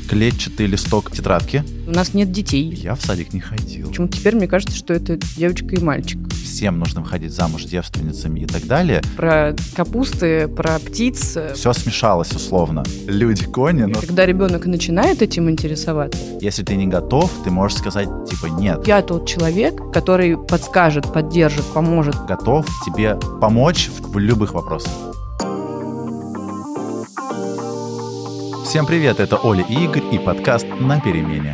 клетчатый листок тетрадки. У нас нет детей. Я в садик не ходил. Почему-то теперь мне кажется, что это девочка и мальчик. Всем нужно выходить замуж девственницами и так далее. Про капусты, про птиц. Все смешалось условно. Люди-кони, но... Когда ребенок начинает этим интересоваться... Если ты не готов, ты можешь сказать, типа, нет. Я тот человек, который подскажет, поддержит, поможет. Готов тебе помочь в любых вопросах. Всем привет, это Оля и Игорь и подкаст «На перемене».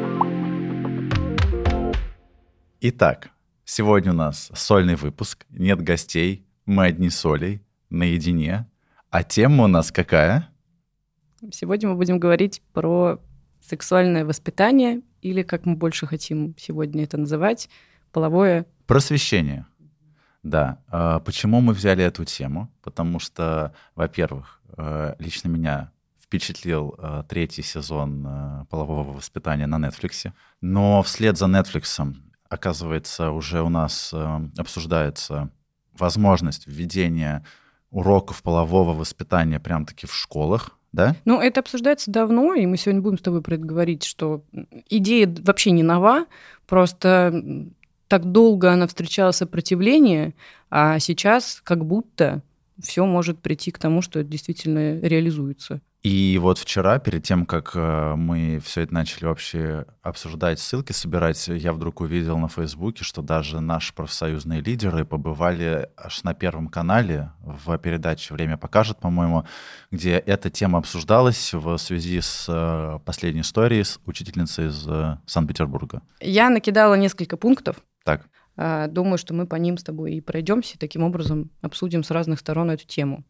Итак, сегодня у нас сольный выпуск, нет гостей, мы одни с Олей, наедине. А тема у нас какая? Сегодня мы будем говорить про сексуальное воспитание, или, как мы больше хотим сегодня это называть, половое... Просвещение. Да. Почему мы взяли эту тему? Потому что, во-первых, лично меня впечатлил третий сезон полового воспитания на Netflix. Но вслед за Netflix, оказывается, уже у нас обсуждается возможность введения уроков полового воспитания прям-таки в школах, да? Ну, это обсуждается давно, и мы сегодня будем с тобой про это говорить, что идея вообще не нова, просто так долго она встречала сопротивление, а сейчас как будто все может прийти к тому, что это действительно реализуется. И вот вчера, перед тем, как мы все это начали вообще обсуждать, ссылки собирать, я вдруг увидел на Фейсбуке, что даже наши профсоюзные лидеры побывали аж на Первом канале в передаче «Время покажет», по-моему, где эта тема обсуждалась в связи с последней историей с учительницей из Санкт-Петербурга. Я накидала несколько пунктов. Так. Думаю, что мы по ним с тобой и пройдемся, и таким образом обсудим с разных сторон эту тему.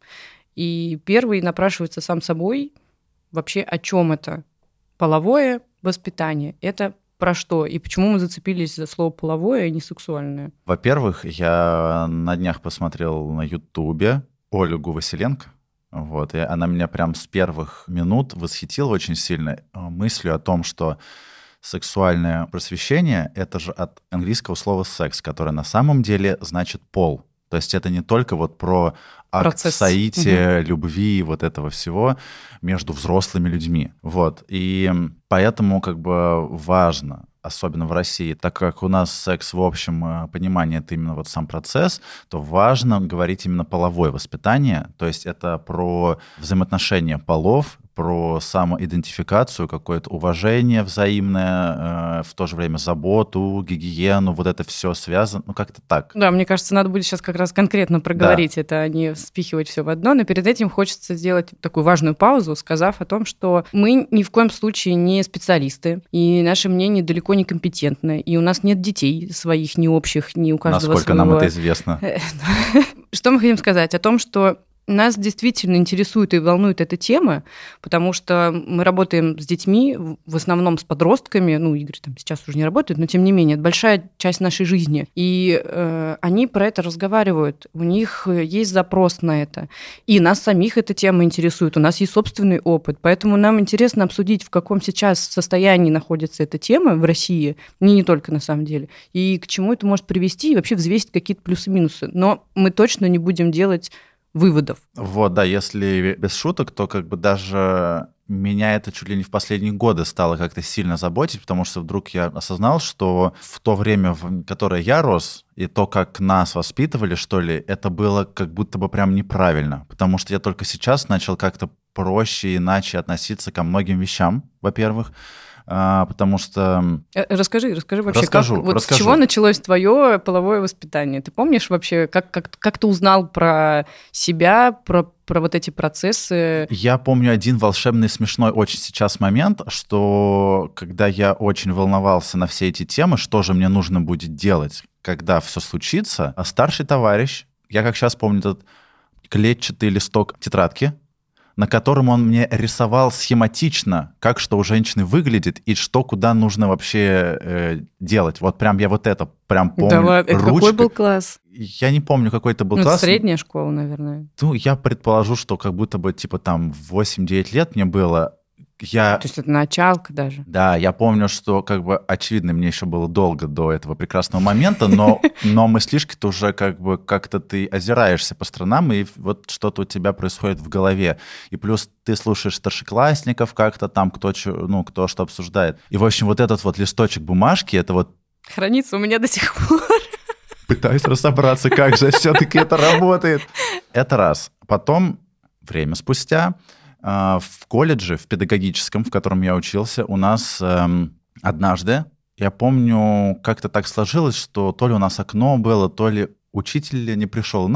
И первый напрашивается сам собой вообще, о чем это половое воспитание. Это про что? И почему мы зацепились за слово половое, а не сексуальное? Во-первых, я на днях посмотрел на Ютубе Ольгу Василенко. Вот, и она меня прям с первых минут восхитила очень сильно мыслью о том, что сексуальное просвещение — это же от английского слова «секс», которое на самом деле значит «пол». То есть это не только вот про акт соития, любви, вот этого всего между взрослыми людьми. Вот. И поэтому как бы важно, особенно в России, так как у нас секс в общем понимании — это именно вот сам процесс, то важно говорить именно половое воспитание. То есть это про взаимоотношения полов, про самоидентификацию, какое-то уважение взаимное, в то же время заботу, гигиену, вот это все связано, ну как-то так. Да, мне кажется, надо будет сейчас как раз конкретно проговорить это, а не спихивать все в одно. Но перед этим хочется сделать такую важную паузу, сказав о том, что мы ни в коем случае не специалисты, и наше мнение далеко не компетентное, и у нас нет детей своих, ни общих, ни у каждого Насколько своего. нам это известно. Что мы хотим сказать? О том, что нас действительно интересует и волнует эта тема, потому что мы работаем с детьми, в основном с подростками. Ну, Игорь там сейчас уже не работает, но тем не менее, это большая часть нашей жизни. И они про это разговаривают, у них есть запрос на это. И нас самих эта тема интересует, у нас есть собственный опыт. Поэтому нам интересно обсудить, в каком сейчас состоянии находится эта тема в России, не только на самом деле, и к чему это может привести, и вообще взвесить какие-то плюсы-минусы. Но мы точно не будем делать выводов. Вот, да, если без шуток, то как бы даже меня это чуть ли не в последние годы стало как-то сильно заботить, потому что вдруг я осознал, что в то время, в которое я рос, и то, как нас воспитывали, что ли, это было как будто бы прям неправильно, потому что я только сейчас начал как-то проще, иначе относиться ко многим вещам, во-первых, потому что... Расскажи вообще, расскажу. С чего началось твое половое воспитание? Ты помнишь вообще, как ты узнал про себя, про вот эти процессы? Я помню один волшебный, смешной очень сейчас момент, что когда я очень волновался на все эти темы, что же мне нужно будет делать, когда все случится, старший товарищ, я как сейчас помню этот клетчатый листок тетрадки, на котором он мне рисовал схематично, как что у женщины выглядит и что куда нужно вообще делать. Вот прям я вот это прям помню. Да ладно, это какой был класс? Я не помню, какой это был класс. Средняя школа, наверное. Ну, я предположу, что как будто бы типа там 8-9 лет мне было. Я... То есть это началка даже. Да, я помню, что как бы очевидно, мне еще было долго до этого прекрасного момента, но мыслишки-то уже как бы как-то ты озираешься по сторонам, и вот что-то у тебя происходит в голове. И плюс ты слушаешь старшеклассников как-то там, кто что обсуждает. И, в общем, вот этот вот листочек бумажки, это вот... Хранится у меня до сих пор. Пытаюсь разобраться, как же все-таки это работает. Это раз. Потом, время спустя... В колледже, в педагогическом, в котором я учился, у нас однажды, я помню, как-то так сложилось, что то ли у нас окно было, то ли учитель не пришел.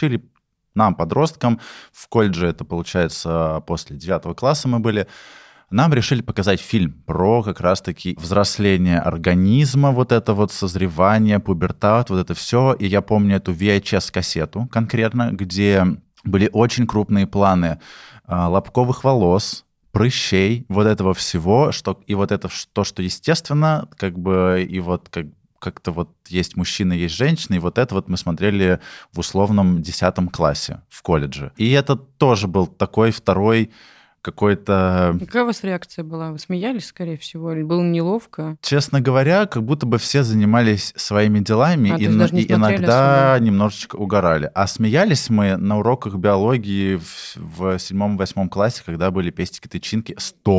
Нам, подросткам, в колледже, это получается после 9 класса мы были, нам решили показать фильм про как раз-таки взросление организма, вот это вот созревание, пубертат, вот это все. И я помню эту VHS-кассету конкретно, где были очень крупные планы лобковых волос, прыщей, вот этого всего, и вот это то, что естественно, как бы, и вот как-то вот есть мужчины, есть женщины, и вот это вот мы смотрели в условном 10 классе в колледже. И это тоже был такой второй какой-то... Какая у вас реакция была? Вы смеялись, скорее всего, или было неловко? Честно говоря, как будто бы все занимались своими делами и иногда немножечко угорали. А смеялись мы на уроках биологии в 7-8 классе, когда были пестики-тычинки,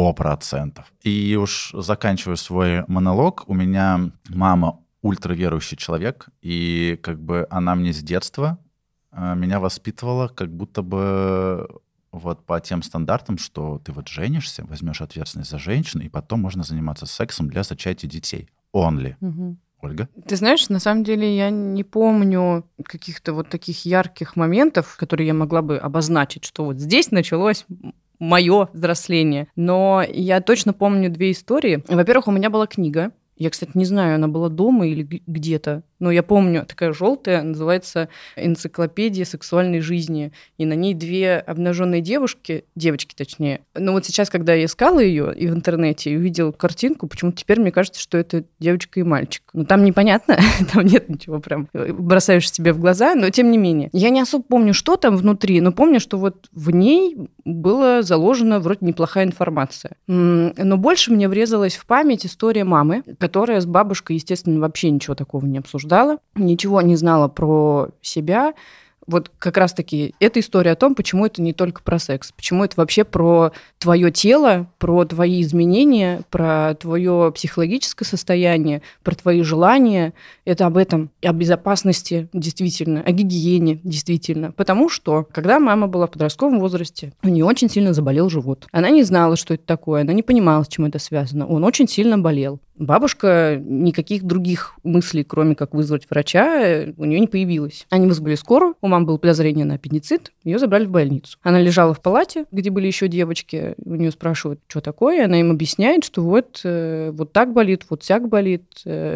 100%. И уж заканчивая свой монолог, у меня мама ультраверующий человек, и как бы она мне с детства меня воспитывала как будто бы... Вот по тем стандартам, что ты вот женишься, возьмешь ответственность за женщину, и потом можно заниматься сексом для зачатия детей. Only. Угу. Ольга? Ты знаешь, на самом деле я не помню каких-то вот таких ярких моментов, которые я могла бы обозначить, что вот здесь началось мое взросление. Но я точно помню 2 истории. Во-первых, у меня была книга. Я, кстати, не знаю, она была дома или где-то. Но я помню, такая желтая, называется «Энциклопедия сексуальной жизни». И на ней 2 обнаженные девочки точнее. Но вот сейчас, когда я искала ее и в интернете, и увидела картинку, почему-то теперь мне кажется, что это девочка и мальчик. Ну, там непонятно, там нет ничего прям бросаешь себе в глаза, но тем не менее. Я не особо помню, что там внутри, но помню, что вот в ней была заложена вроде неплохая информация. Но больше мне врезалась в память история мамы, которая с бабушкой, естественно, вообще ничего такого не обсуждала, ничего не знала про себя. Вот как раз-таки эта история о том, почему это не только про секс, почему это вообще про твое тело, про твои изменения, про твое психологическое состояние, про твои желания. Это об этом, и о безопасности действительно, о гигиене действительно. Потому что, когда мама была в подростковом возрасте, у нее очень сильно заболел живот. Она не знала, что это такое, она не понимала, с чем это связано. Он очень сильно болел. Бабушка никаких других мыслей, кроме как вызвать врача, у нее не появилось. Они вызвали скорую, у мамы было подозрение на аппендицит, ее забрали в больницу. Она лежала в палате, где были еще девочки, у нее спрашивают, что такое, она им объясняет, что вот так болит, вот сяк болит,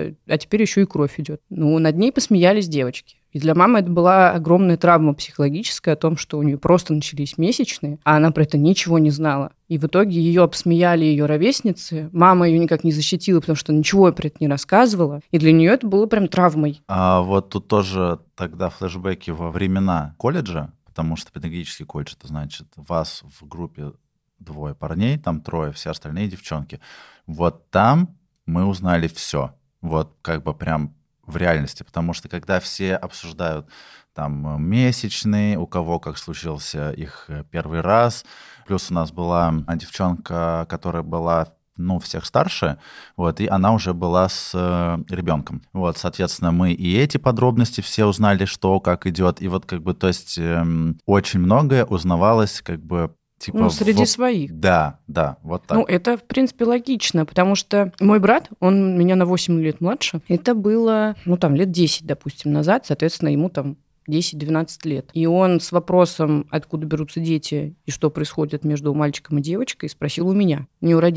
а теперь еще и кровь идет. Ну, над ней посмеялись девочки. И для мамы это была огромная травма психологическая о том, что у нее просто начались месячные, а она про это ничего не знала. И в итоге ее обсмеяли ее ровесницы. Мама ее никак не защитила, потому что ничего про это не рассказывала. И для нее это было прям травмой. А вот тут тоже тогда флешбеки во времена колледжа, потому что педагогический колледж, это значит, вас в группе 2 парней, там 3, все остальные девчонки. Вот там мы узнали все. Вот как бы прям в реальности, потому что когда все обсуждают там месячные, у кого как случился их первый раз, плюс у нас была девчонка, которая была, всех старше, вот, и она уже была с ребенком. Вот, соответственно, мы и эти подробности все узнали, что, как идет, и вот как бы, то есть очень многое узнавалось как бы типа среди своих. Да, вот так. Это, в принципе, логично, потому что мой брат, он меня на 8 лет младше, это было, лет 10, допустим, назад, соответственно, ему там 10-12 лет. И он с вопросом, откуда берутся дети и что происходит между мальчиком и девочкой, спросил у меня, не у родителей.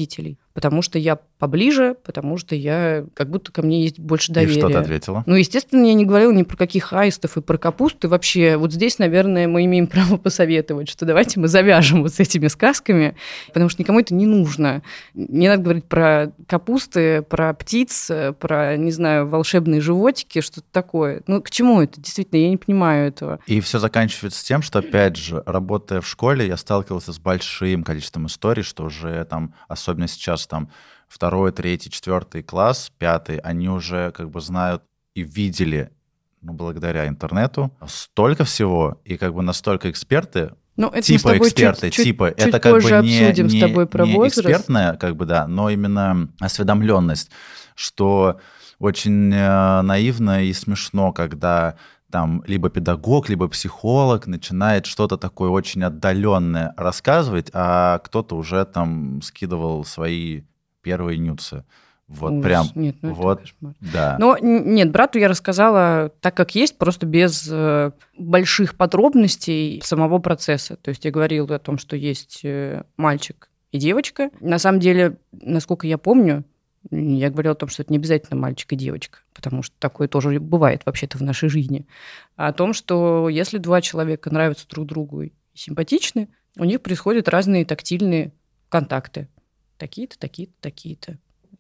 потому что я поближе, потому что я как будто ко мне есть больше доверия. И что ты ответила? Ну, естественно, я не говорила ни про каких аистов и про капусту. Вообще, вот здесь, наверное, мы имеем право посоветовать, что давайте мы завяжем вот с этими сказками, потому что никому это не нужно. Не надо говорить про капусты, про птиц, про, не знаю, волшебные животики, что-то такое. Ну, к чему это? Действительно, я не понимаю этого. И все заканчивается тем, что, опять же, работая в школе, я сталкивался с большим количеством историй, что уже там, особенно сейчас там 2, 3, 4 класс, 5, они уже как бы знают и видели, ну, благодаря интернету, столько всего, и как бы настолько эксперты, ну, это типа эксперты, чуть это как бы обсудим с тобой про не возраст. экспертная, как бы, да, но именно осведомленность, что очень наивно и смешно, когда там либо педагог, либо психолог начинает что-то такое очень отдаленное рассказывать, а кто-то уже там скидывал свои первые нюцы. Вот ужас. прям. Нет, ну вот, это кошмар. Да. Но нет, брату я рассказала так, как есть, просто без больших подробностей самого процесса. То есть я говорила о том, что есть мальчик и девочка. На самом деле, насколько я помню, я говорила о том, что это не обязательно мальчик и девочка, потому что такое тоже бывает вообще-то в нашей жизни. А о том, что если 2 человека нравятся друг другу и симпатичны, у них происходят разные тактильные контакты. Такие-то, такие-то, такие-то.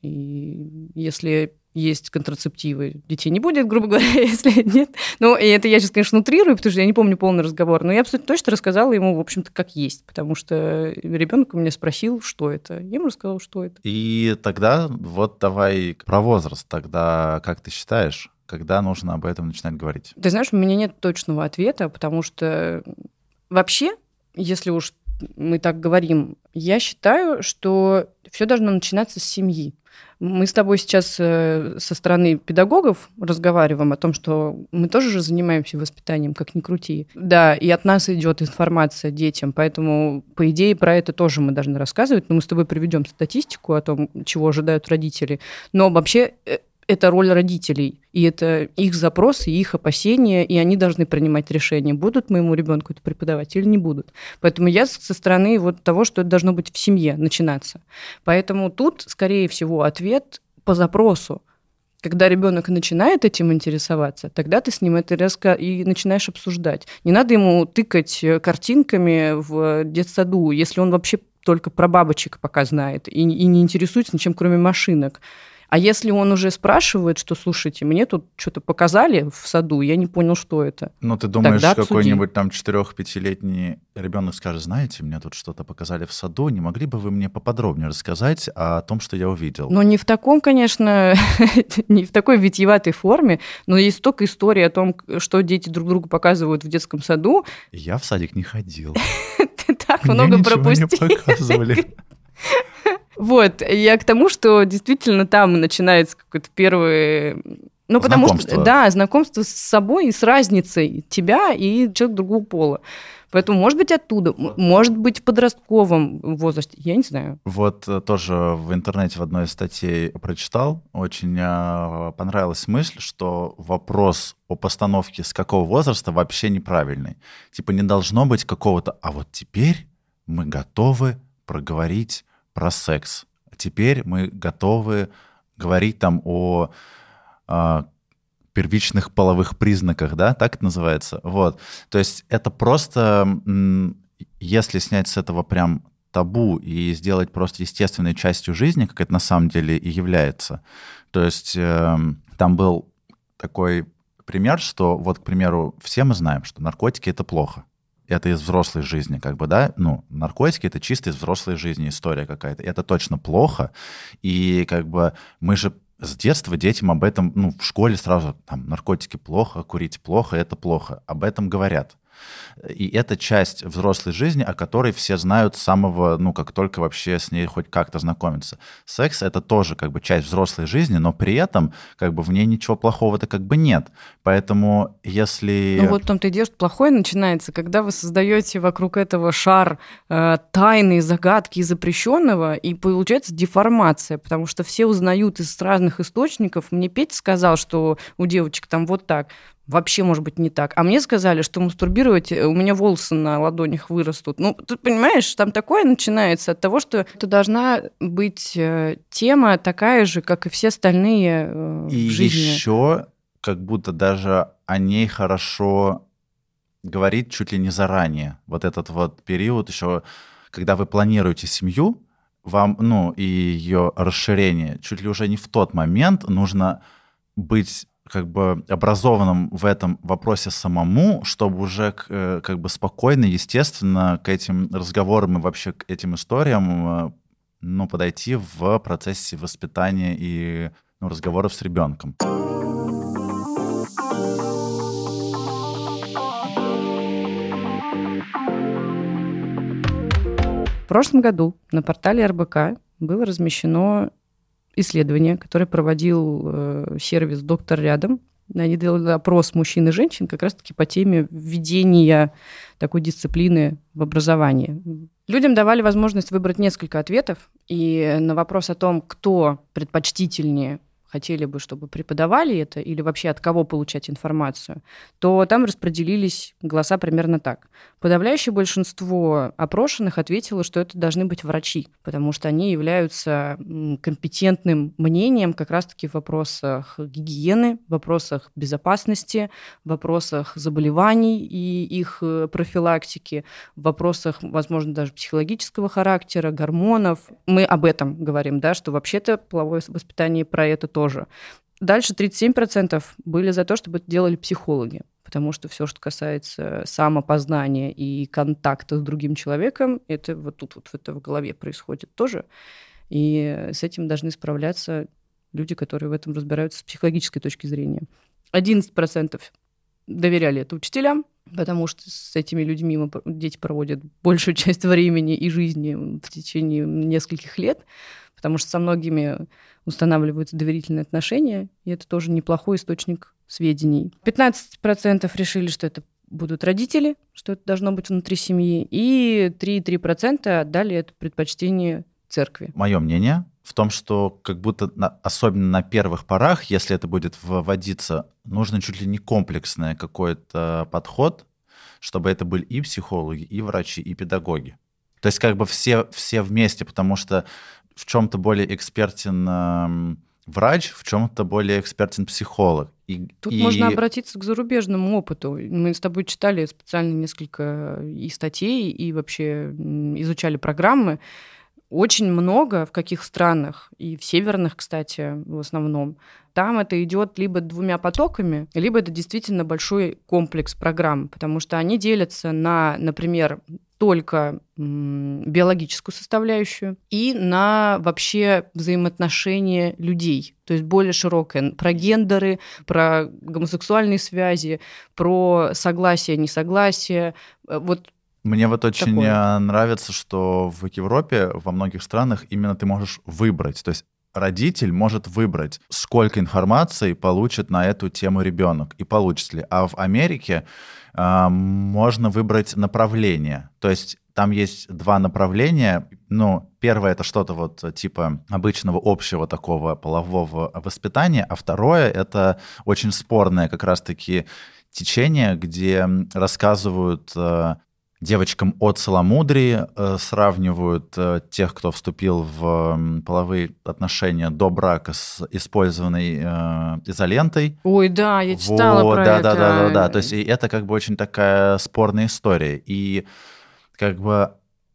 И если есть контрацептивы, детей не будет, грубо говоря, если нет. Ну, и это я сейчас, конечно, утрирую, потому что я не помню полный разговор, но я абсолютно точно рассказала ему, в общем-то, как есть, потому что ребенок у меня спросил, что это. Я ему рассказала, что это. И тогда вот давай про возраст. Тогда как ты считаешь, когда нужно об этом начинать говорить? Ты знаешь, у меня нет точного ответа, потому что вообще, если уж мы так говорим, я считаю, что все должно начинаться с семьи. Мы с тобой сейчас со стороны педагогов разговариваем о том, что мы тоже же занимаемся воспитанием, как ни крути. Да, и от нас идет информация детям, поэтому, по идее, про это тоже мы должны рассказывать. Но мы с тобой приведем статистику о том, чего ожидают родители. Но вообще это роль родителей, и это их запросы, их опасения, и они должны принимать решение, будут моему ребенку это преподавать или не будут. Поэтому я со стороны вот того, что это должно быть в семье начинаться. Поэтому тут, скорее всего, ответ по запросу. Когда ребенок начинает этим интересоваться, тогда ты с ним это и начинаешь обсуждать. Не надо ему тыкать картинками в детсаду, если он вообще только про бабочек пока знает и не интересуется ничем, кроме машинок. А если он уже спрашивает, что, слушайте, мне тут что-то показали в саду, я не понял, что это. Ну, ты думаешь, какой-нибудь там 4-5-летний ребенок скажет, знаете, мне тут что-то показали в саду, не могли бы вы мне поподробнее рассказать о том, что я увидел? Ну, не в таком, конечно, не в такой витиеватой форме, но есть столько историй о том, что дети друг другу показывают в детском саду. Я в садик не ходил. Ты так много пропустил. Мне ничего не показывали. Вот, я к тому, что действительно там начинается какой-то первый... Ну, потому что, да, знакомство с собой и с разницей тебя и человека другого пола. Поэтому, может быть, оттуда, может быть, в подростковом возрасте, я не знаю. Вот тоже в интернете в одной из статей прочитал, очень понравилась мысль, что вопрос о постановке с какого возраста вообще неправильный. Типа не должно быть какого-то, а вот теперь мы готовы проговорить про секс. Теперь мы готовы говорить там о первичных половых признаках, да, так это называется. Вот. То есть это просто, если снять с этого прям табу и сделать просто естественной частью жизни, как это на самом деле и является. То есть там был такой пример, что вот, к примеру, все мы знаем, что наркотики — это плохо. Это из взрослой жизни, как бы, да, ну, наркотики — это чисто из взрослой жизни история какая-то, это точно плохо, и как бы мы же с детства детям об этом, ну, в школе сразу, там, наркотики плохо, курить плохо, это плохо, об этом говорят. И это часть взрослой жизни, о которой все знают с самого, ну, как только вообще с ней хоть как-то знакомятся. Секс — это тоже как бы часть взрослой жизни, но при этом как бы в ней ничего плохого-то как бы нет. Поэтому если... Ну вот в том-то и дело, что плохое начинается, когда вы создаете вокруг этого шар тайны, загадки и запрещенного, и получается деформация, потому что все узнают из разных источников. Мне Петя сказал, что у девочек там вот так. вообще может быть не так. А мне сказали, что мастурбировать, у меня волосы на ладонях вырастут. Ну, ты понимаешь, там такое начинается от того, что это должна быть тема такая же, как и все остальные в жизни. И еще как будто даже о ней хорошо говорить чуть ли не заранее. Вот этот вот период еще, когда вы планируете семью, вам, ну, и ее расширение, чуть ли уже не в тот момент нужно быть как бы образованным в этом вопросе самому, чтобы уже как бы спокойно, естественно, к этим разговорам и вообще к этим историям, ну, подойти в процессе воспитания и, ну, разговоров с ребенком. В прошлом году на портале РБК было размещено исследование, которое проводил сервис «Доктор рядом». Они делали опрос мужчин и женщин как раз-таки по теме введения такой дисциплины в образовании. Людям давали возможность выбрать несколько ответов, и на вопрос о том, кто предпочтительнее хотели бы, чтобы преподавали это, или вообще от кого получать информацию, то там распределились голоса примерно так. Подавляющее большинство опрошенных ответило, что это должны быть врачи, потому что они являются компетентным мнением как раз-таки в вопросах гигиены, в вопросах безопасности, в вопросах заболеваний и их профилактики, в вопросах, возможно, даже психологического характера, гормонов. Мы об этом говорим, да, что вообще-то половое воспитание про это тоже. Дальше 37% были за то, чтобы это делали психологи, потому что все, что касается самопознания и контакта с другим человеком, это вот тут вот это в голове происходит тоже. И с этим должны справляться люди, которые в этом разбираются с психологической точки зрения. 11% доверяли это учителям, потому что с этими людьми дети проводят большую часть времени и жизни в течение нескольких лет, потому что со многими устанавливаются доверительные отношения, и это тоже неплохой источник сведений. 15% решили, что это будут родители, что это должно быть внутри семьи, и 3,3% отдали это предпочтение церкви. Мое мнение в том, что как будто, особенно на первых порах, если это будет вводиться, нужно чуть ли не комплексный какой-то подход, чтобы это были и психологи, и врачи, и педагоги. То есть как бы все вместе, потому что в чем-то более экспертен врач, в чем-то более экспертен психолог. Тут можно обратиться к зарубежному опыту. Мы с тобой читали специально несколько и статей, и вообще изучали программы. Очень много в каких странах, и в северных, кстати, в основном, там это идет либо двумя потоками, либо это действительно большой комплекс программ, потому что они делятся на, например, только биологическую составляющую и на вообще взаимоотношения людей. То есть более широкое. Про гендеры, про гомосексуальные связи, про согласие, несогласие. Вот. Мне вот очень такое нравится, что в Европе, во многих странах именно ты можешь выбрать. То есть родитель может выбрать, сколько информации получит на эту тему ребенок и получит ли. А в Америке можно выбрать направление. То есть там есть два направления. Ну, первое — это что-то вот типа обычного общего такого полового воспитания, а второе — это очень спорное как раз-таки течение, где рассказывают девочкам о целомудрии, сравнивают тех, кто вступил в половые отношения до брака с использованной изолентой. Ой, да, я читала про это. Да. То есть и это как бы очень такая спорная история. И как бы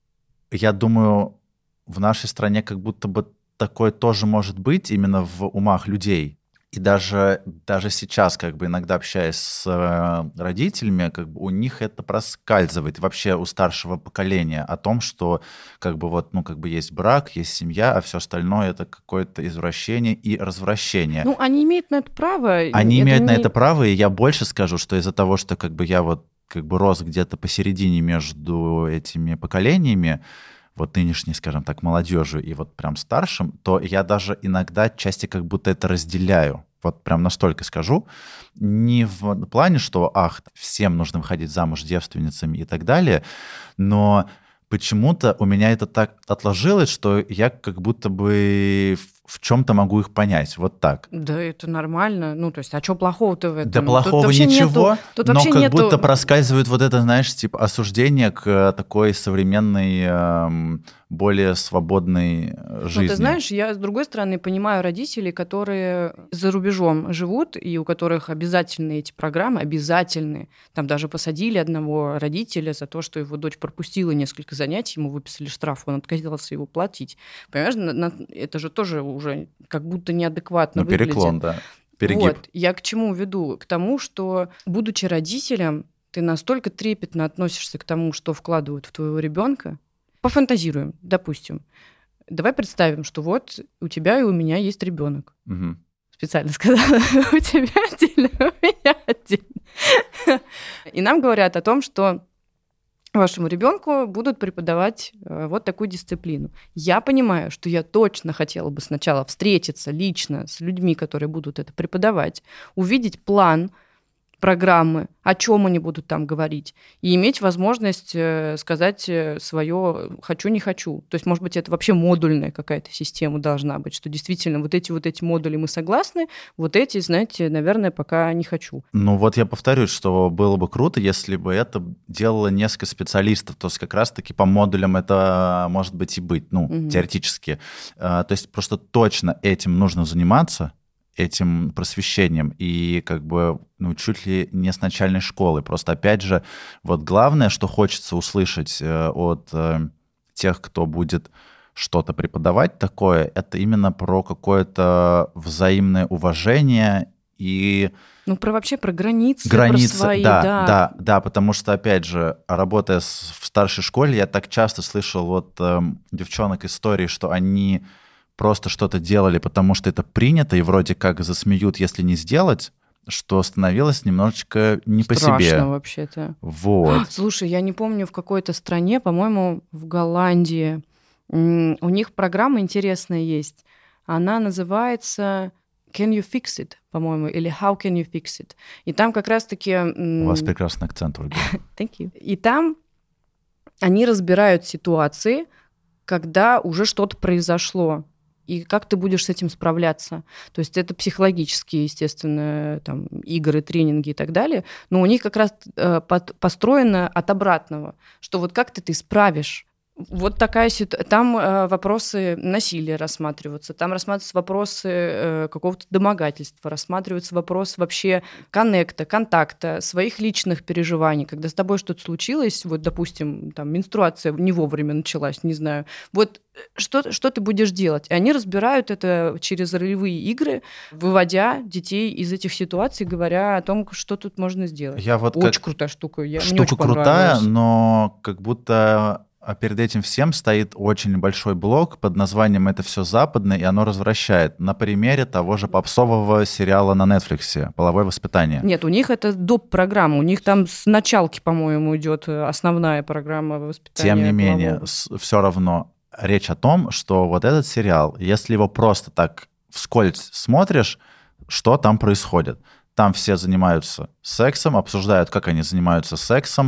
я думаю, в нашей стране как будто бы такое тоже может быть именно в умах людей. И даже сейчас, как бы иногда общаясь с родителями, как бы у них это проскальзывает вообще у старшего поколения о том, что как бы вот, ну, как бы есть брак, есть семья, а все остальное это какое-то извращение и развращение. Ну, они имеют на это право. Они имеют на это право, и я больше скажу, что из-за того, что как бы я вот как бы рос где-то посередине между этими поколениями, вот нынешней, скажем так, молодежью и вот прям старшим, то я даже иногда отчасти как будто это разделяю. Вот прям настолько скажу. Не в плане, что, всем нужно выходить замуж девственницами и так далее, но почему-то у меня это так отложилось, что я как будто бы в чем-то могу их понять, вот так. Да, это нормально. Ну, то есть, а что плохого-то в этом? Да плохого ничего, тут но как нету... будто проскальзывает вот это, знаешь, типа осуждение к такой современной, более свободной жизни. Ну, ты знаешь, я, с другой стороны, понимаю родителей, которые за рубежом живут, и у которых обязательны эти программы, обязательны. Там даже посадили одного родителя за то, что его дочь пропустила несколько занятий, ему выписали штраф, он отказался его платить. Понимаешь, это же тоже уже как будто неадекватно выглядит. Переклон, да. Перегиб. Вот, я к чему веду? К тому, что, будучи родителем, ты настолько трепетно относишься к тому, что вкладывают в твоего ребенка. Пофантазируем, допустим. Давай представим, что вот у тебя и у меня есть ребенок. Угу. Специально сказала, у тебя отдельно, у меня отдельно. И нам говорят о том, что вашему ребенку будут преподавать вот такую дисциплину. Я понимаю, что я точно хотела бы сначала встретиться лично с людьми, которые будут это преподавать, увидеть план программы, о чем они будут там говорить, и иметь возможность сказать свое «хочу, не хочу». То есть, может быть, это вообще модульная какая-то система должна быть, что действительно вот эти модули мы согласны, вот эти, знаете, наверное, пока не хочу. Ну вот я повторюсь, что было бы круто, если бы это делало несколько специалистов, то есть как раз-таки по модулям это может быть и быть, теоретически. То есть просто точно этим нужно заниматься, этим просвещением, и как бы, чуть ли не с начальной школы. Просто, опять же, вот главное, что хочется услышать от тех, кто будет что-то преподавать такое, это именно про какое-то взаимное уважение и... про границы, про свои, да, потому что, опять же, работая в старшей школе, я так часто слышал от девчонок истории, что они просто что-то делали, потому что это принято, и вроде как засмеют, если не сделать, что становилось немножечко не по себе. Страшно вообще-то. Вот. Слушай, я не помню, в какой-то стране, по-моему, в Голландии, у них программа интересная есть. Она называется «Can you fix it?», по-моему, или «How can you fix it?». И там как раз-таки... У вас прекрасный акцент, Ольга. Thank you. И там они разбирают ситуации, когда уже что-то произошло. И как ты будешь с этим справляться? То есть это психологические, естественно, там, игры, тренинги и так далее, но у них как раз построено от обратного, что вот как ты справишь. Вот такая ситуация. Там вопросы насилия рассматриваются, там рассматриваются вопросы какого-то домогательства, рассматриваются вопросы вообще коннекта, контакта, своих личных переживаний. Когда с тобой что-то случилось, вот, допустим, там, менструация не вовремя началась, не знаю, вот что ты будешь делать? И они разбирают это через ролевые игры, выводя детей из этих ситуаций, говоря о том, что тут можно сделать. Очень крутая штука. Штука крутая, но как будто... А перед этим всем стоит очень большой блок под названием «Это все западное», и оно развращает. На примере того же попсового сериала на Netflix «Половое воспитание». Нет, у них это доп. Программа, у них там с началки, по-моему, идет основная программа воспитания. Тем не менее, все равно речь о том, что вот этот сериал, если его просто так вскользь смотришь, что там происходит? Там все занимаются сексом, обсуждают, как они занимаются сексом.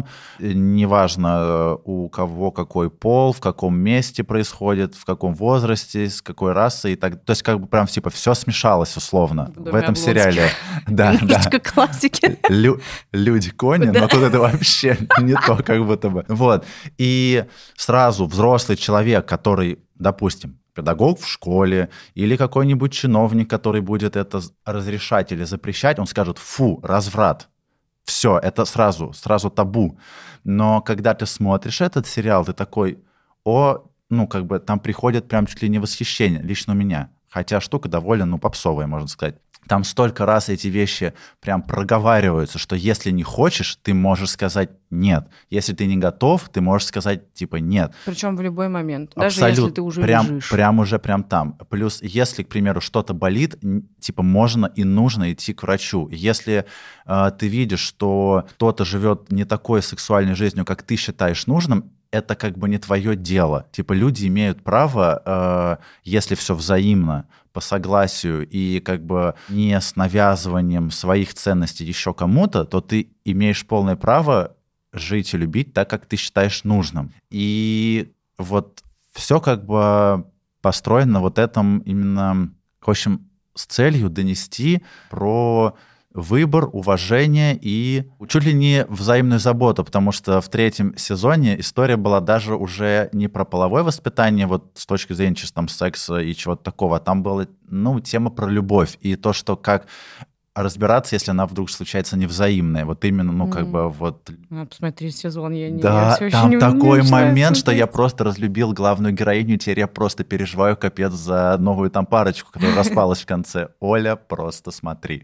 Неважно, у кого какой пол, в каком месте происходит, в каком возрасте, с какой расой. И так. То есть как бы прям типа все смешалось условно в этом сериале. Да, немножечко классики. Люди-кони, но тут это вообще не то, как будто бы. Вот. И сразу взрослый человек, который, допустим, педагог в школе или какой-нибудь чиновник, который будет это разрешать или запрещать, он скажет: фу, разврат. Все, это сразу табу. Но когда ты смотришь этот сериал, ты такой: там приходит прям чуть ли не восхищение, лично у меня. Хотя штука довольно, попсовая, можно сказать. Там столько раз эти вещи прям проговариваются, что если не хочешь, ты можешь сказать нет. Если ты не готов, ты можешь сказать типа нет. Причем в любой момент, даже если ты уже лежишь. Прям там. Плюс, если, к примеру, что-то болит, типа можно и нужно идти к врачу. Если ты видишь, что кто-то живет не такой сексуальной жизнью, как ты считаешь нужным, это как бы не твое дело. Типа люди имеют право, если все взаимно, по согласию и как бы не с навязыванием своих ценностей еще кому-то, то ты имеешь полное право жить и любить так, как ты считаешь нужным. И вот все как бы построен на вот этом именно, в общем, с целью донести про выбор, уважение и чуть ли не взаимную заботу, потому что в 3-м сезоне история была даже уже не про половое воспитание, вот с точки зрения чисто там секса и чего-то такого, а там была, тема про любовь и то, что как разбираться, если она вдруг случается невзаимная. Вот именно, как бы вот... Посмотри сезон, я Да, всё ещё там не такой начала момент, что я смотреть. просто разлюбил главную героиню, и теперь я просто переживаю капец за новую там парочку, которая распалась в конце. Оля, просто смотри.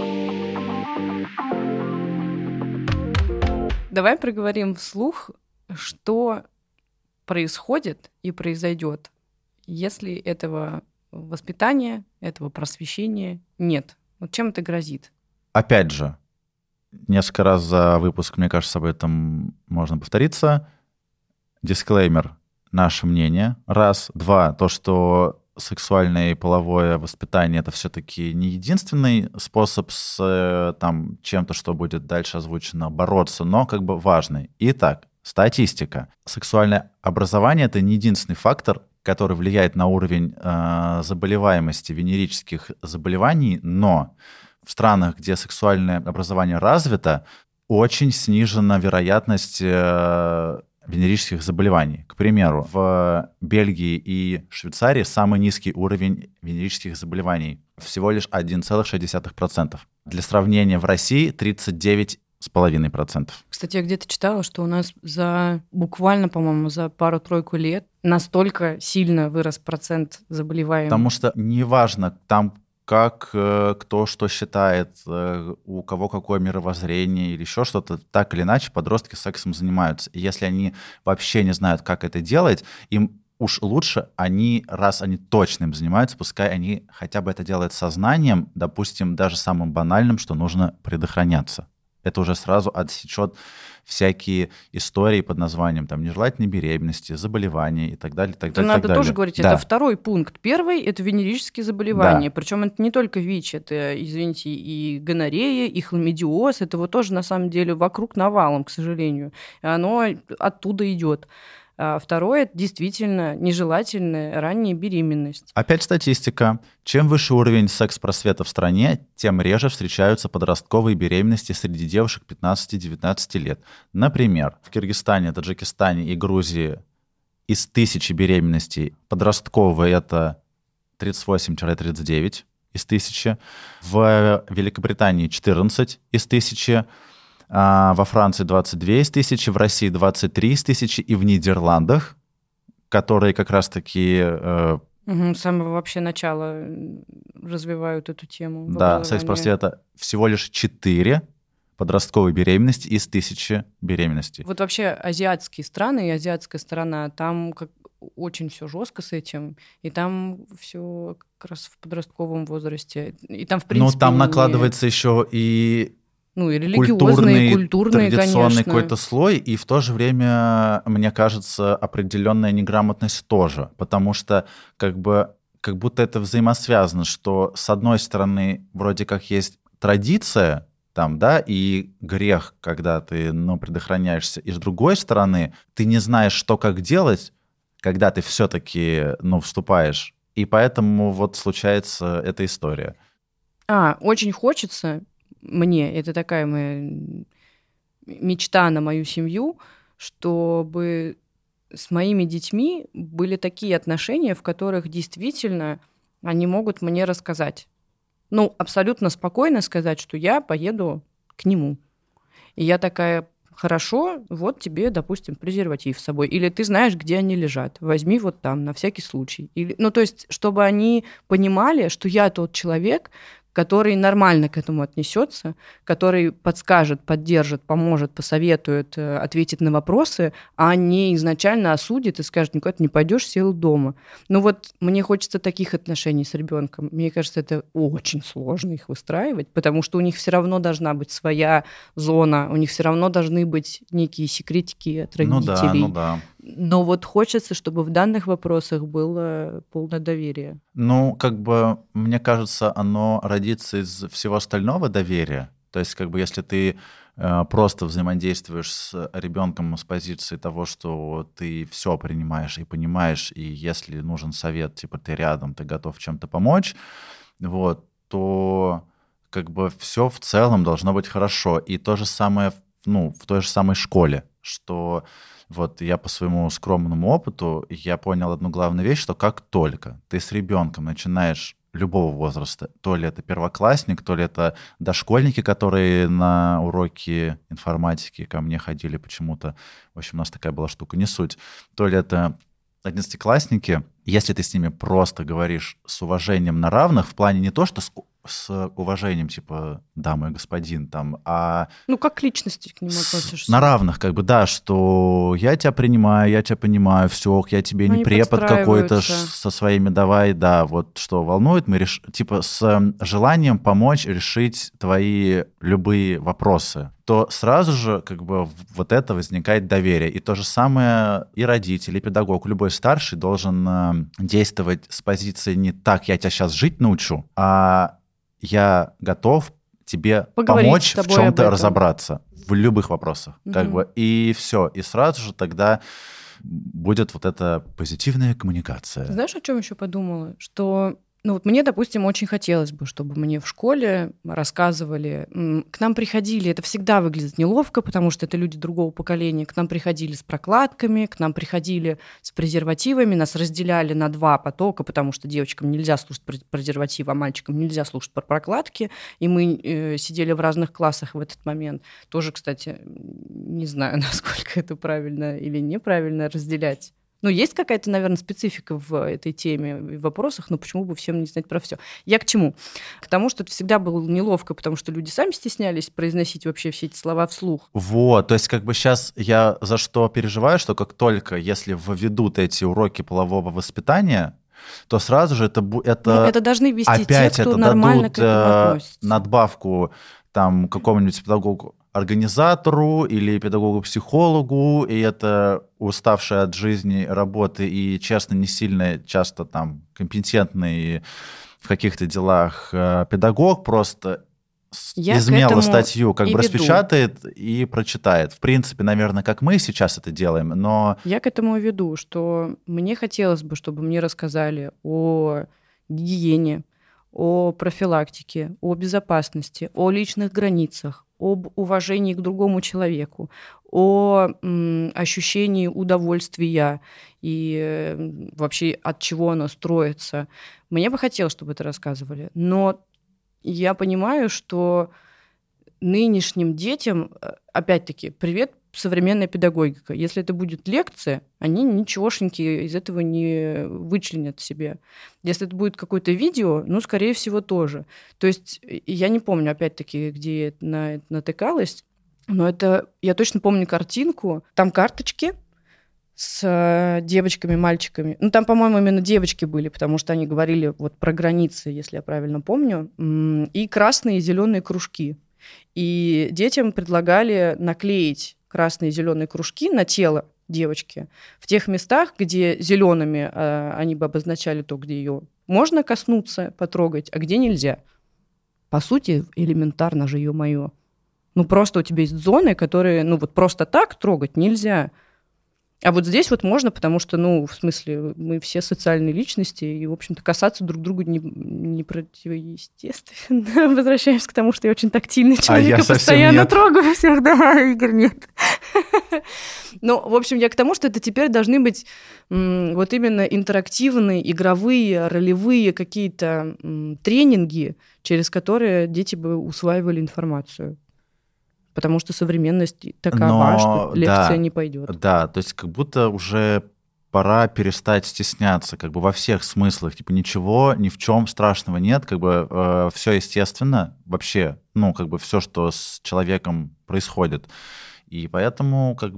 Давай проговорим вслух, что происходит и произойдет, если этого воспитания, этого просвещения нет. Вот чем это грозит? Опять же, несколько раз за выпуск, мне кажется, об этом можно повториться. Дисклеймер. Наше мнение. Раз. Два. То, что сексуальное и половое воспитание — это все-таки не единственный способ с там, чем-то, что будет дальше озвучено, бороться, но как бы важный. Итак, статистика. Сексуальное образование — это не единственный фактор, который влияет на уровень заболеваемости венерических заболеваний, но в странах, где сексуальное образование развито, очень снижена вероятность венерических заболеваний. К примеру, в Бельгии и Швейцарии самый низкий уровень венерических заболеваний. Всего лишь 1,6%. Для сравнения, в России 39,5%. Кстати, я где-то читала, что у нас буквально, по-моему, за пару-тройку лет настолько сильно вырос процент заболеваемых. Потому что неважно, там как кто что считает, у кого какое мировоззрение или еще что-то, так или иначе подростки сексом занимаются. И если они вообще не знают, как это делать, им уж лучше, раз они точно им занимаются, пускай они хотя бы это делают сознанием, допустим, даже самым банальным, что нужно предохраняться. Это уже сразу отсечет всякие истории под названием там нежелательной беременности, заболевания и так далее, и так далее. Надо тоже говорить, да. Это второй пункт. Первый — это венерические заболевания. Да. Причем это не только ВИЧ, это, извините, и гонорея, и хламидиоз. Это вот тоже на самом деле вокруг навалом, к сожалению. И оно оттуда идет. А второе — это действительно нежелательная ранняя беременность. Опять статистика. Чем выше уровень секс-просвета в стране, тем реже встречаются подростковые беременности среди девушек 15-19 лет. Например, в Киргизстане, Таджикистане и Грузии из 1000 беременностей подростковые — это 38-39 из 1000. В Великобритании 14 из 1000. Во Франции 22 из 1000, в России 23 из 1000 и в Нидерландах, которые как раз-таки... С самого вообще начала развивают эту тему. Да, секс-просвета всего лишь 4 подростковой беременности из 1000 беременностей. Вот вообще азиатские страны и азиатская сторона, там очень все жестко с этим, и там все как раз в подростковом возрасте. И там, в принципе... Ну, там накладывается еще и... и религиозный, и культурный, традиционный конечно. какой-то слой, и в то же время, мне кажется, определенная неграмотность тоже, потому что как будто это взаимосвязано, что с одной стороны вроде как есть традиция, там, да, и грех, когда ты, предохраняешься, и с другой стороны ты не знаешь, что как делать, когда ты все-таки, вступаешь, и поэтому вот случается эта история. Очень хочется мне, это такая моя мечта на мою семью, чтобы с моими детьми были такие отношения, в которых действительно они могут мне рассказать. Абсолютно спокойно сказать, что я поеду к нему. И я такая: хорошо, вот тебе, допустим, презерватив с собой. Или ты знаешь, где они лежат. Возьми вот там, на всякий случай. То есть, чтобы они понимали, что я тот человек, который нормально к этому отнесется, который подскажет, поддержит, поможет, посоветует, ответит на вопросы, а не изначально осудит и скажет: никуда ты не пойдешь, сел дома. Мне хочется таких отношений с ребенком. Мне кажется, это очень сложно их выстраивать, потому что у них все равно должна быть своя зона, у них все равно должны быть некие секретики от родителей. Да. Но хочется, чтобы в данных вопросах было полное доверие. Мне кажется, оно родится из всего остального доверия. То есть, если ты просто взаимодействуешь с ребенком с позиции того, что ты все принимаешь и понимаешь, и если нужен совет, типа ты рядом, ты готов чем-то помочь, вот, то как бы все в целом должно быть хорошо. И то же самое, ну, в той же самой школе, что вот я по своему скромному опыту, я понял одну главную вещь, что как только ты с ребенком начинаешь любого возраста, то ли это первоклассник, то ли это дошкольники, которые на уроки информатики ко мне ходили почему-то, в общем, у нас такая была штука, не суть, то ли это одиннадцатиклассники, если ты с ними просто говоришь с уважением на равных, в плане не то, что с уважением, типа, дамы и господин, там, а... Ну, как к личности к нему относишься? На равных, как бы, да, что я тебя принимаю, я тебя понимаю, все, я тебе не препод какой-то со своими, давай, да, вот что волнует, мы типа, с желанием помочь решить твои любые вопросы, то сразу же, как бы, вот это возникает доверие. И то же самое и родитель, и педагог, любой старший должен действовать с позиции не так, я тебя сейчас жить научу, а я готов тебе помочь в чем-то разобраться в любых вопросах. Как бы, и все. И сразу же тогда будет вот эта позитивная коммуникация. Ты знаешь, о чем еще подумала? Что, ну вот мне, допустим, очень хотелось бы, чтобы мне в школе рассказывали, к нам приходили, это всегда выглядит неловко, потому что это люди другого поколения, к нам приходили с прокладками, к нам приходили с презервативами, нас разделяли на два потока, потому что девочкам нельзя слушать презервативы, а мальчикам нельзя слушать про прокладки, и мы сидели в разных классах в этот момент. Тоже, кстати, не знаю, насколько это правильно или неправильно разделять. Ну, есть какая-то, наверное, специфика в этой теме, в вопросах, но почему бы всем не знать про все? Я к чему? К тому, что это всегда было неловко, потому что люди сами стеснялись произносить вообще все эти слова вслух. Вот, то есть как бы сейчас я за что переживаю, что как только, если введут эти уроки полового воспитания, то сразу же это должны вести опять те, кто это нормально дадут к этому относится. Надбавку там какому-нибудь педагогу-организатору или педагогу-психологу, и это уставший от жизни, работы и, честно, не сильно часто там компетентный в каких-то делах педагог просто измело статью как бы распечатает и прочитает. В принципе, наверное, как мы сейчас это делаем, но... Я к этому и веду, что мне хотелось бы, чтобы мне рассказали о гигиене, о профилактике, о безопасности, о личных границах, об уважении к другому человеку, о ощущении удовольствия и вообще от чего оно строится. Мне бы хотелось, чтобы это рассказывали, но я понимаю, что нынешним детям, опять-таки, привет, современная педагогика. Если это будет лекция, они ничегошеньки из этого не вычленят себе. Если это будет какое-то видео, ну, скорее всего, тоже. То есть я не помню, опять-таки, где я на это натыкалась, но это я точно помню картинку. Там карточки с девочками, мальчиками. Ну, там, по-моему, именно девочки были, потому что они говорили вот про границы, если я правильно помню, и красные и зеленые кружки. И детям предлагали наклеить красные и зеленые кружки на тело девочки в тех местах, где зелеными они бы обозначали то, где ее можно коснуться, потрогать, а где нельзя. По сути, элементарно же, ё-моё. Ну, просто у тебя есть зоны, которые, ну, вот просто так трогать нельзя. А вот здесь вот можно, потому что, ну, в смысле, мы все социальные личности, и, в общем-то, касаться друг другу не противоестественно. Возвращаемся к тому, что я очень тактильный человек, и постоянно трогаю всех. Да, Игорь, нет. Ну, в общем, я к тому, что это теперь должны быть вот именно интерактивные, игровые, ролевые какие-то тренинги, через которые дети бы усваивали информацию. Потому что современность такова, что лекция не пойдет. Да, то есть как будто уже пора перестать стесняться, как бы во всех смыслах, типа ничего, ни в чем страшного нет, как бы все естественно вообще, ну как бы все, что с человеком происходит, и поэтому как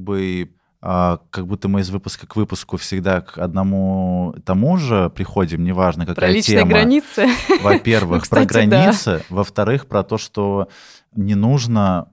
будто мы из выпуска к выпуску всегда к одному тому же приходим, неважно какая про личные тема. Границы. Во-первых, про границы, во-вторых, про то, что не нужно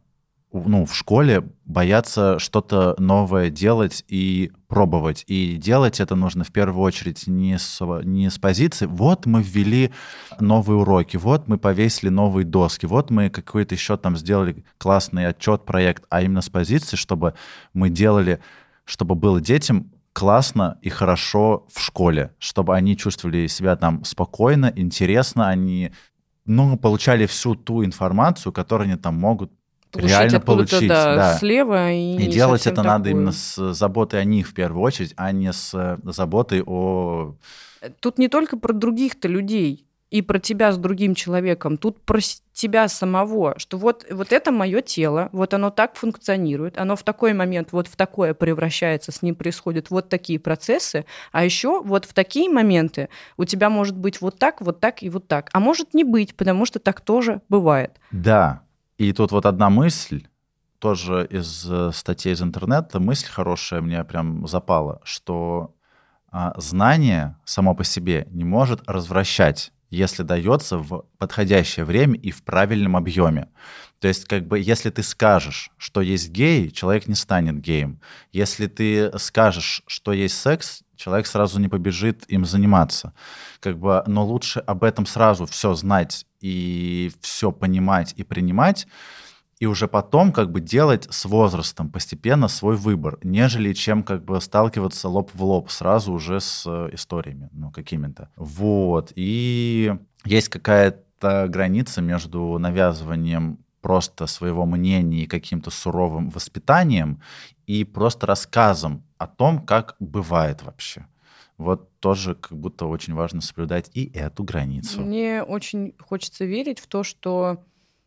в школе боятся что-то новое делать и пробовать. И делать это нужно в первую очередь не с позиции «вот мы ввели новые уроки, вот мы повесили новые доски, вот мы какой-то еще там сделали классный отчет, проект», а именно с позиции, чтобы мы делали, чтобы было детям классно и хорошо в школе, чтобы они чувствовали себя там спокойно, интересно, они получали всю ту информацию, которую они там могут реально получить. Да, слева. И делать это надо именно с заботой о них в первую очередь, а не с заботой о... Тут не только про других-то людей и про тебя с другим человеком, тут про тебя самого, что вот это мое тело, вот оно так функционирует, оно в такой момент вот в такое превращается, с ним происходят вот такие процессы, а еще вот в такие моменты у тебя может быть вот так и вот так, а может не быть, потому что так тоже бывает. Да. И тут вот одна мысль, тоже из статей из интернета, мысль хорошая мне прям запала, что знание само по себе не может развращать, если дается в подходящее время и в правильном объеме. То есть, если ты скажешь, что есть гей, человек не станет геем. Если ты скажешь, что есть секс, человек сразу не побежит им заниматься. Но лучше об этом сразу все знать и все понимать и принимать, и уже потом делать с возрастом постепенно свой выбор, нежели чем сталкиваться лоб в лоб сразу уже с историями, какими-то. Вот. И есть какая-то граница между навязыванием просто своего мнения и каким-то суровым воспитанием и просто рассказом о том, как бывает вообще. Вот тоже как будто очень важно соблюдать и эту границу. Мне очень хочется верить в то, что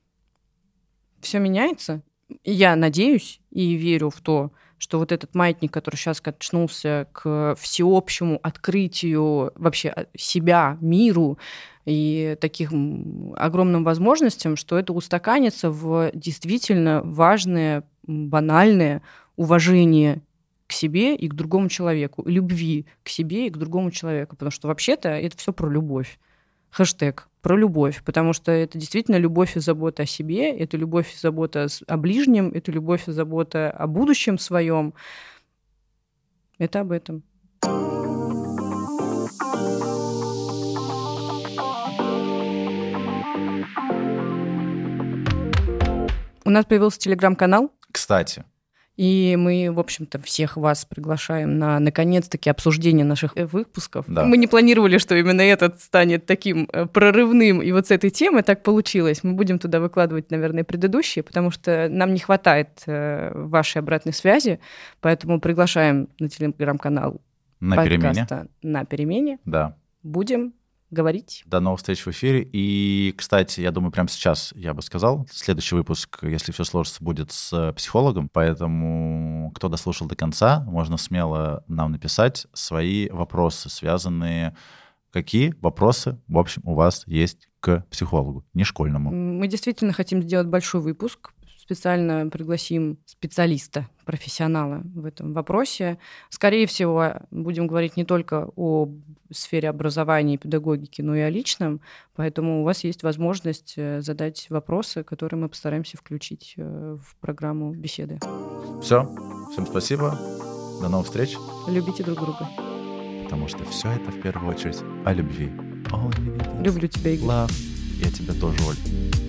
все меняется. И я надеюсь и верю в то, что вот этот маятник, который сейчас качнулся к всеобщему открытию вообще себя, миру и таким огромным возможностям, что это устаканится в действительно важное, банальное уважение к себе и к другому человеку, любви к себе и к другому человеку, потому что вообще-то это все про любовь. Хэштег про любовь, потому что это действительно любовь и забота о себе, это любовь и забота о ближнем, это любовь и забота о будущем своем. Это об этом. У нас появился телеграм-канал. Кстати. И мы, в общем-то, всех вас приглашаем на, наконец-таки, обсуждение наших выпусков. Да. Мы не планировали, что именно этот станет таким прорывным, и вот с этой темы так получилось. Мы будем туда выкладывать, наверное, предыдущие, потому что нам не хватает вашей обратной связи, поэтому приглашаем на телеграм-канал подкаста «На перемене». Да. Будем говорить. До новых встреч в эфире. И, кстати, я думаю, прямо сейчас я бы сказал, следующий выпуск, если все сложится, будет с психологом, поэтому кто дослушал до конца, можно смело нам написать свои вопросы, связанные... Какие вопросы, в общем, у вас есть к психологу, не школьному? Мы действительно хотим сделать большой выпуск. Специально пригласим специалиста, профессионала в этом вопросе. Скорее всего, будем говорить не только о сфере образования и педагогики, но и о личном. Поэтому у вас есть возможность задать вопросы, которые мы постараемся включить в программу беседы. Все. Всем спасибо. До новых встреч. Любите друг друга. Потому что все это в первую очередь о любви. Люблю тебя, Игорь. Love. Я тебя тоже, Оль.